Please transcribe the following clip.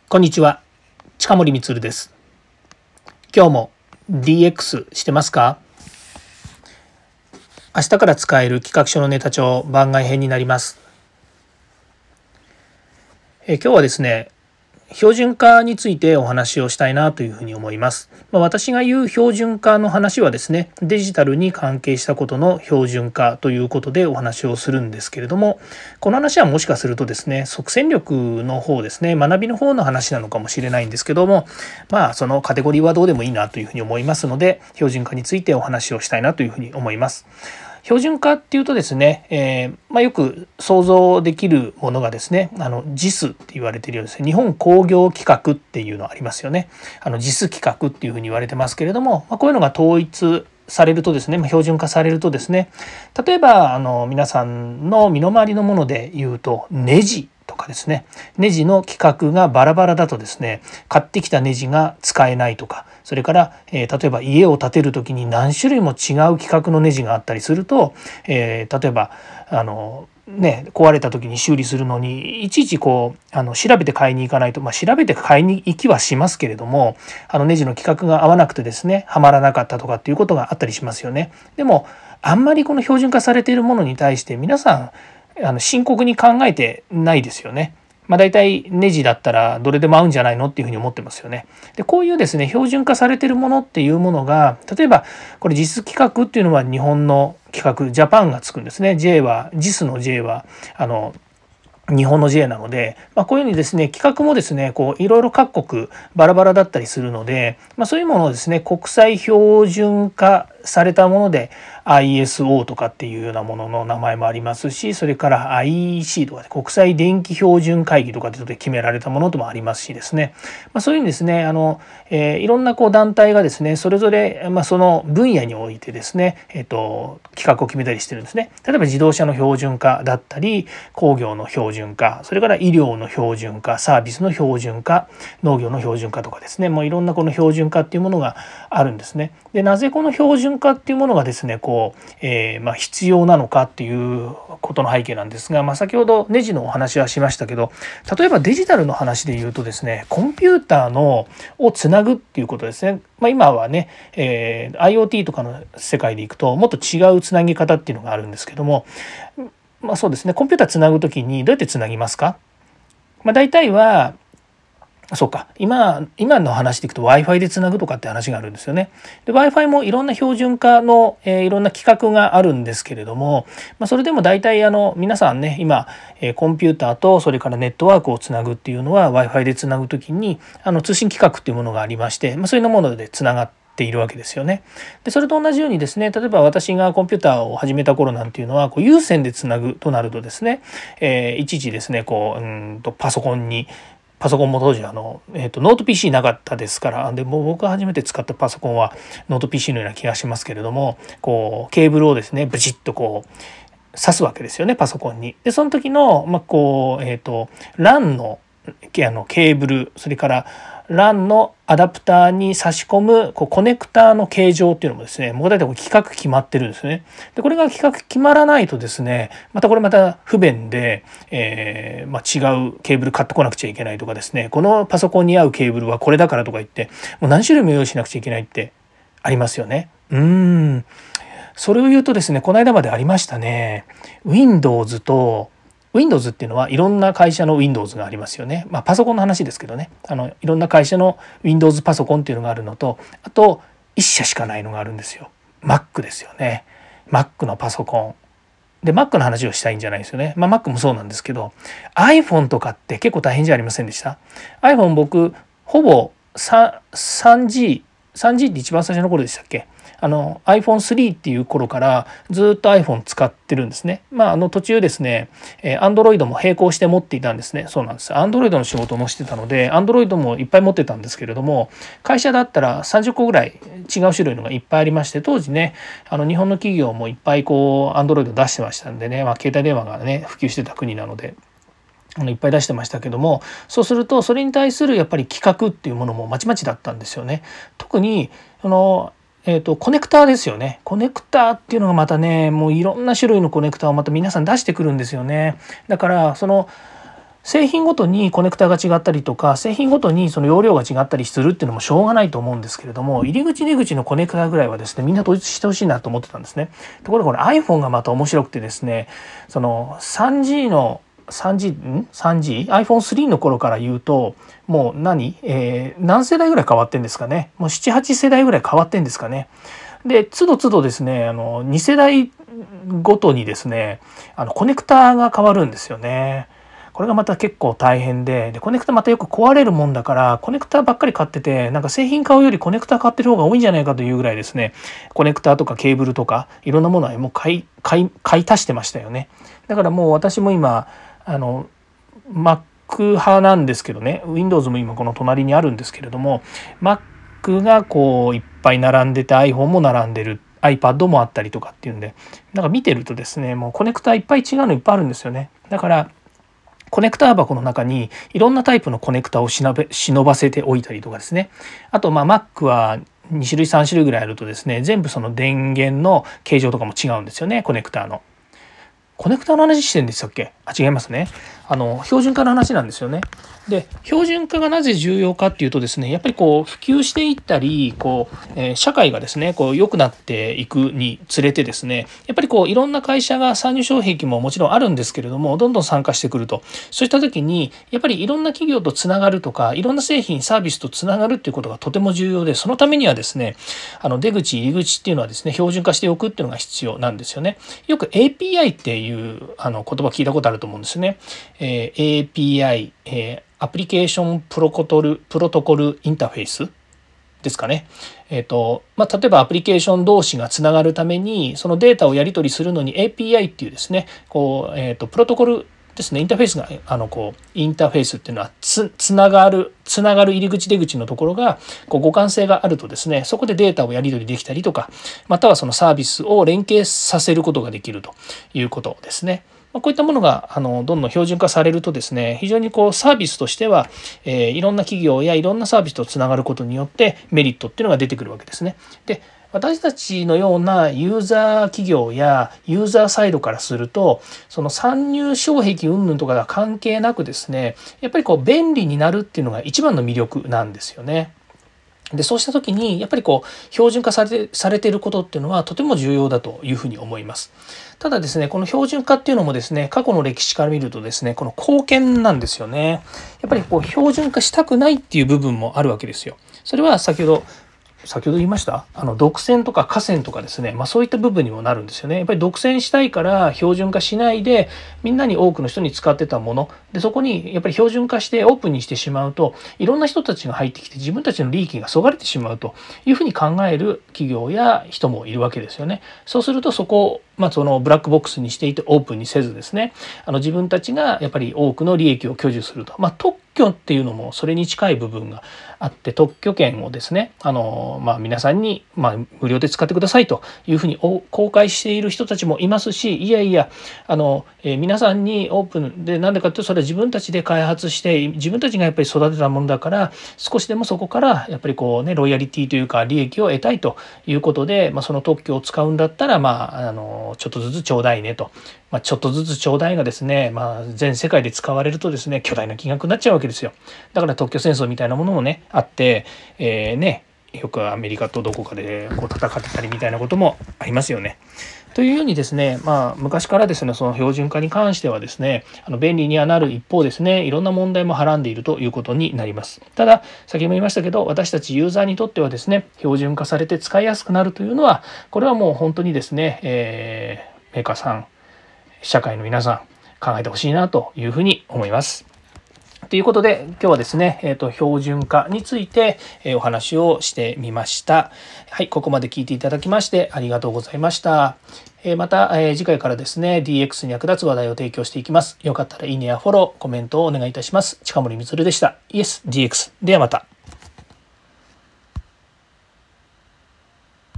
こんにちは、近森光です。今日も DX してますか？明日から使える企画書のネタ帳番外編になります。今日はですね、標準化についてお話をしたいなというふうに思います。私が言う標準化の話はですね、デジタルに関係したことの標準化ということでお話をするんですけれども、この話はもしかするとですね、即戦力の方ですね、学びの方の話なのかもしれないんですけども、そのカテゴリーはどうでもいいなというふうに思いますので、標準化についてお話をしたいなというふうに思います。標準化っていうとですね、よく想像できるものがですね、JIS って言われているようですね、日本工業規格っていうのありますよね。JIS 規格っていうふうに言われてますけれども、こういうのが統一されるとですね、標準化されるとですね、例えば皆さんの身の回りのもので言うとネジとかですね、ネジの規格がバラバラだとですね、買ってきたネジが使えないとか、それから、例えば家を建てる時に何種類も違う規格のネジがあったりすると、例えば壊れた時に修理するのにいちいち調べて買いに行かないと、調べて買いに行きはしますけれども、ネジの規格が合わなくてですね、はまらなかったとかっていうことがあったりしますよね。でもあんまりこの標準化されているものに対して皆さん深刻に考えてないですよね。大体ネジだったらどれでも合うんじゃないのっていうふうに思ってますよね。でこういうですね、標準化されているものっていうものが、例えばこれJIS規格っていうのは日本の規格、ジャパンがつくんですね。J はJISの J は日本の J なので、こういうふうにですね、規格もですね、いろいろ各国バラバラだったりするので、そういうものをですね、国際標準化されたもので ISO とかっていうようなものの名前もありますし、それから IEC とかで国際電気標準会議とかってで決められたものともありますしですね、そういうふうにですね、いろんな団体がですね、それぞれその分野においてですね、規格を決めたりしてるんですね。例えば自動車の標準化だったり、工業の標準化、それから医療の標準化、サービスの標準化、農業の標準化とかですね、もういろんなこの標準化っていうものがあるんですね。でなぜこの標準化っていうものがですね必要なのかっていうことの背景なんですが、先ほどネジのお話はしましたけど、例えばデジタルの話で言うとですね、コンピューターをつなぐっていうことですね。今はね、IoT とかの世界でいくともっと違うつなぎ方っていうのがあるんですけども、そうですね、コンピューターつなぐときにどうやってつなぎますか？大体はそうか、今の話でいくと Wi-Fi でつなぐとかって話があるんですよね。で Wi-Fi もいろんな標準化の、いろんな規格があるんですけれども、それでも大体皆さんね、今コンピューターとそれからネットワークをつなぐっていうのは Wi-Fi でつなぐときに通信規格っていうものがありまして、そういうものでつながっているわけですよね。でそれと同じようにですね、例えば私がコンピューターを始めた頃なんていうのは有線でつなぐとなるとですね、いちいちですねパソコンも当時ノート PC なかったですから、でもう僕が初めて使ったパソコンはノート PC のような気がしますけれども、ケーブルをですねブチッと挿すわけですよね、パソコンに。でその時のLAN のケーブル、それから LAN のアダプターに差し込むコネクターの形状っていうのもですね、もう大体規格決まってるんですね。でこれが規格決まらないとですね、また不便で、違うケーブル買ってこなくちゃいけないとかですね、このパソコンに合うケーブルはこれだからとか言ってもう何種類も用意しなくちゃいけないってありますよね。それを言うとですね、この間までありましたね。Windows っていうのはいろんな会社の Windows がありますよね。パソコンの話ですけどね、いろんな会社の Windows パソコンっていうのがあるのと、あと1社しかないのがあるんですよ。Mac ですよね。Mac のパソコンで Mac の話をしたいんじゃないですよね。Mac もそうなんですけど、 iPhone とかって結構大変じゃありませんでした？ iPhone 僕ほぼ 3G って一番最初の頃でしたっけ？iPhone3 っていう頃からずっと iPhone 使ってるんですね。途中ですね、Android も並行して持っていたんですね。そうなんです。Android の仕事もしてたので Android もいっぱい持ってたんですけれども、会社だったら30個ぐらい違う種類のがいっぱいありまして、当時ね日本の企業もいっぱいAndroid 出してましたんでね、携帯電話がね普及してた国なのでいっぱい出してましたけども、そうするとそれに対するやっぱり規格っていうものもまちまちだったんですよね。特にコネクターですよね。コネクターっていうのがまたね、もういろんな種類のコネクターをまた皆さん出してくるんですよね。だから製品ごとにコネクタが違ったりとか、製品ごとにその容量が違ったりするっていうのもしょうがないと思うんですけれども、入り口出口のコネクタぐらいはですね、みんな統一してほしいなと思ってたんですね。ところがこれ iPhone がまた面白くてですね、その iPhone3 の頃から言うと、もう何世代ぐらい変わってんですかね。もう7、8世代ぐらい変わってんですかね。で、都度都度ですね、2世代ごとにですね、コネクタが変わるんですよね。これがまた結構大変で、コネクタまたよく壊れるもんだから、コネクタばっかり買ってて、なんか製品買うよりコネクタ買ってる方が多いんじゃないかというぐらいですね、コネクタとかケーブルとかいろんなものはもう買い足してましたよね。だからもう私も今Mac 派なんですけどね、Windows も今この隣にあるんですけれども、Mac がこういっぱい並んでて iPhone も並んでる、iPad もあったりとかっていうんで、なんか見てるとですね、もうコネクタいっぱい違うのいっぱいあるんですよね。だからコネクター箱の中にいろんなタイプのコネクタを忍ばせておいたりとかですね。あとMac は2種類3種類ぐらいあるとですね、全部その電源の形状とかも違うんですよね。コネクタの話してんでしたっけ？違いますね。標準化の話なんですよね。で、標準化がなぜ重要かっていうとですね、やっぱりこう普及していったり、社会がですね、良くなっていくにつれてですね、やっぱりいろんな会社が参入障壁ももちろんあるんですけれども、どんどん参加してくると。そういった時に、やっぱりいろんな企業とつながるとか、いろんな製品、サービスとつながるっていうことがとても重要で、そのためにはですね、出口、入り口っていうのはですね、標準化しておくっていうのが必要なんですよね。よく API っていう言葉聞いたことあると思うんですね。API、アプリケーションプロトコルインターフェースですかね。例えばアプリケーション同士がつながるためにそのデータをやり取りするのに API っていうですね、プロトコルですね、インターフェースがインターフェースっていうのはつながる入り口出口のところが互換性があるとですね、そこでデータをやり取りできたりとか、またはそのサービスを連携させることができるということですね。こういったものがどんどん標準化されるとですね、非常にサービスとしてはいろんな企業やいろんなサービスとつながることによってメリットっていうのが出てくるわけですね。で、私たちのようなユーザー企業やユーザーサイドからすると、その参入障壁云々とかが関係なくですね、やっぱり便利になるっていうのが一番の魅力なんですよね。で、そうした時にやっぱり標準化されていることっていうのはとても重要だというふうに思います。ただですね、この標準化っていうのもですね、過去の歴史から見るとですね、この貢献なんですよね。やっぱり標準化したくないっていう部分もあるわけですよ。それは先ほど言いました独占とか寡占とかですね、そういった部分にもなるんですよね。やっぱり独占したいから標準化しないでみんなに多くの人に使ってたもので、そこにやっぱり標準化してオープンにしてしまうといろんな人たちが入ってきて自分たちの利益がそがれてしまうというふうに考える企業や人もいるわけですよね。そうするとそこをそのブラックボックスにしていてオープンにせずですね、自分たちがやっぱり多くの利益を享受すると、特許っていうのもそれに近い部分があって、特許権をですね皆さんに無料で使ってくださいというふうに公開している人たちもいますし、いやいや皆さんにオープンで、なんでかというとそれは自分たちで開発して自分たちがやっぱり育てたものだから、少しでもそこからやっぱりロイヤリティというか利益を得たいということで、その特許を使うんだったらちょっとずつちょうだいねと。ちょっとずつちょうだいがですね、全世界で使われるとですね、巨大な金額になっちゃうわけですよ。だから特許戦争みたいなものもねあって、よくアメリカとどこかで戦ってたりみたいなこともありますよね。というようにですね、昔からですね、その標準化に関してはですね、便利にはなる一方ですね、いろんな問題もはらんでいるということになります。ただ、先ほども言いましたけど、私たちユーザーにとってはですね、標準化されて使いやすくなるというのは、これはもう本当にですね、メーカーさん、社会の皆さん、考えてほしいなというふうに思います。ということで今日はですね、標準化についてお話をしてみました。はい、ここまで聞いていただきましてありがとうございました。また次回からですね DX に役立つ話題を提供していきます。よかったらいいねやフォロー、コメントをお願いいたします。近森光でした。イエス DX。ではまた。